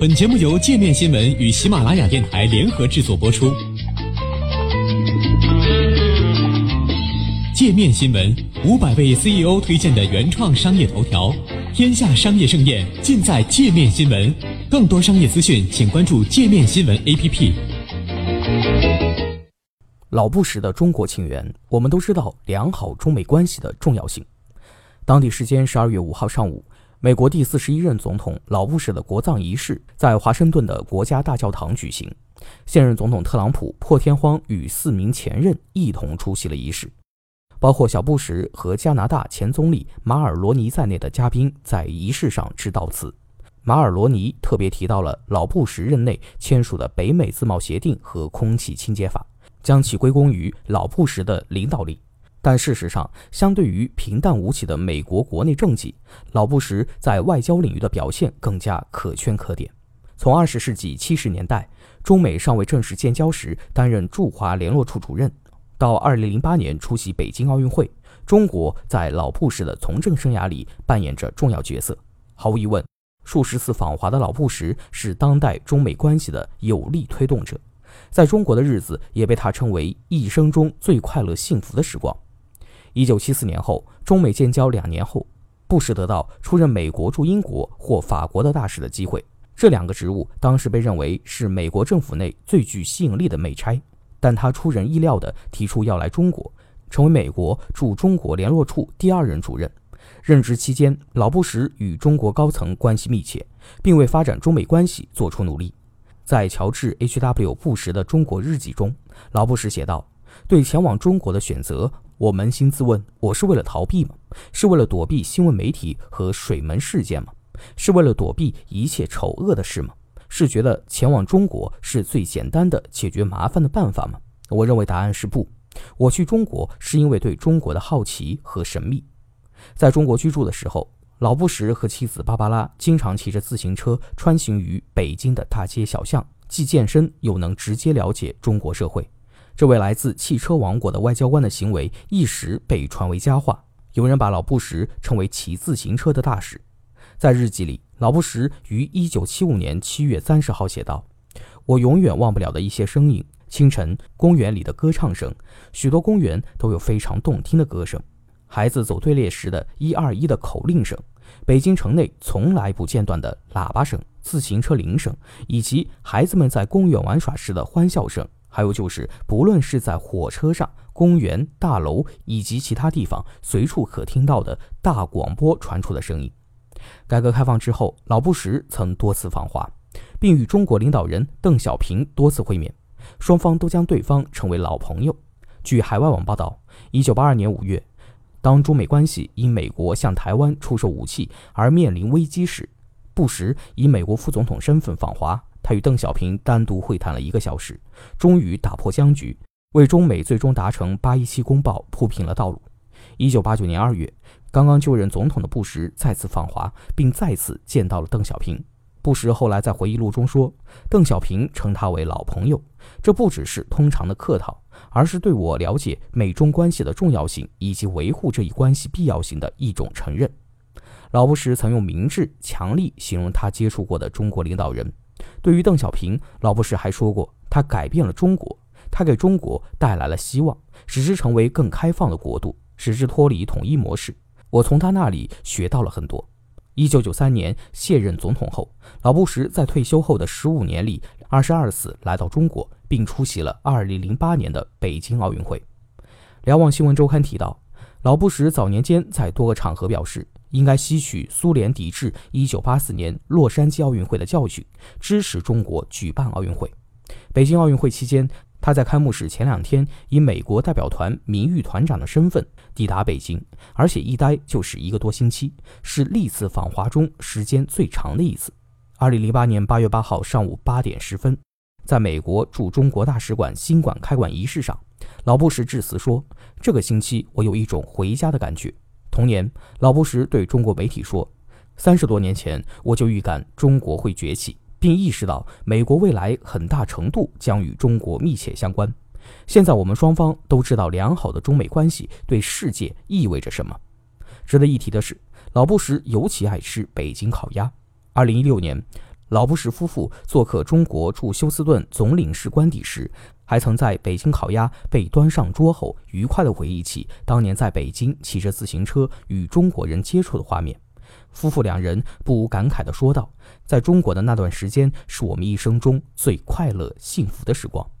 本节目由界面新闻与喜马拉雅电台联合制作播出。界面新闻500位 CEO 推荐的原创商业头条，天下商业盛宴尽在界面新闻。更多商业资讯，请关注界面新闻 APP。 老布什的中国情缘，我们都知道良好中美关系的重要性。当地时间12月5号上午，美国第41任总统老布什的国葬仪式在华盛顿的国家大教堂举行。现任总统特朗普破天荒与4名前任一同出席了仪式，包括小布什和加拿大前总理马尔罗尼在内的嘉宾在仪式上致悼词。马尔罗尼特别提到了老布什任内签署的北美自贸协定和空气清洁法，将其归功于老布什的领导力。但事实上，相对于平淡无奇的美国国内政绩，老布什在外交领域的表现更加可圈可点。从20世纪70年代，中美尚未正式建交时担任驻华联络处主任，到2008年出席北京奥运会，中国在老布什的从政生涯里扮演着重要角色。毫无疑问，数十次访华的老布什是当代中美关系的有力推动者，在中国的日子也被他称为一生中最快乐幸福的时光。1974年后，中美建交2年后，布什得到出任美国驻英国或法国的大使的机会，这2个职务当时被认为是美国政府内最具吸引力的美差，但他出人意料地提出要来中国，成为美国驻中国联络处第2任主任。任职期间，老布什与中国高层关系密切，并为发展中美关系做出努力。在乔治 H.W. 布什的中国日记中，老布什写道：对前往中国的选择，我扪心自问，我是为了逃避吗？是为了躲避新闻媒体和水门事件吗？是为了躲避一切丑恶的事吗？是觉得前往中国是最简单的解决麻烦的办法吗？我认为答案是不。我去中国是因为对中国的好奇和神秘。在中国居住的时候，老布什和妻子芭芭拉经常骑着自行车穿行于北京的大街小巷，既健身又能直接了解中国社会。这位来自汽车王国的外交官的行为一时被传为佳话，有人把老布什称为骑自行车的大使。在日记里，老布什于1975年7月30号写道：我永远忘不了的一些声音，清晨公园里的歌唱声，许多公园都有非常动听的歌声，孩子走队列时的121的口令声，北京城内从来不间断的喇叭声、自行车铃声，以及孩子们在公园玩耍时的欢笑声，还有就是不论是在火车上、公园、大楼以及其他地方随处可听到的大广播传出的声音。改革开放之后，老布什曾多次访华，并与中国领导人邓小平多次会面，双方都将对方称为老朋友。据海外网报道，1982年5月，当中美关系因美国向台湾出售武器而面临危机时，布什以美国副总统身份访华，他与邓小平单独会谈了1个小时，终于打破僵局，为中美最终达成817公报铺平了道路。1989年2月，刚刚就任总统的布什再次访华，并再次见到了邓小平。布什后来在回忆录中说，邓小平称他为老朋友，这不只是通常的客套，而是对我了解美中关系的重要性以及维护这一关系必要性的一种承认。老布什曾用明智、强力形容他接触过的中国领导人。对于邓小平，老布什还说过，他改变了中国，他给中国带来了希望，使之成为更开放的国度，使之脱离统一模式。我从他那里学到了很多。1993年卸任总统后，老布什在退休后的15年里22次来到中国，并出席了2008年的北京奥运会。瞭望新闻周刊提到，老布什早年间在多个场合表示，应该吸取苏联抵制1984年洛杉矶奥运会的教训，支持中国举办奥运会。北京奥运会期间，他在开幕式前2天以美国代表团名誉团长的身份抵达北京，而且一待就是1个多星期，是历次访华中时间最长的一次。2008年8月8号上午8点10分，在美国驻中国大使馆新馆开馆仪式上，老布什致辞说，这个星期我有一种回家的感觉。同年，老布什对中国媒体说，30多年前我就预感中国会崛起，并意识到美国未来很大程度将与中国密切相关。现在我们双方都知道良好的中美关系对世界意味着什么。值得一提的是，老布什尤其爱吃北京烤鸭。2016年， 老布什夫妇做客中国驻休斯顿总领事官邸时，还曾在北京烤鸭被端上桌后，愉快地回忆起当年在北京骑着自行车与中国人接触的画面。夫妇两人不无感慨地说道：“在中国的那段时间，是我们一生中最快乐幸福的时光。”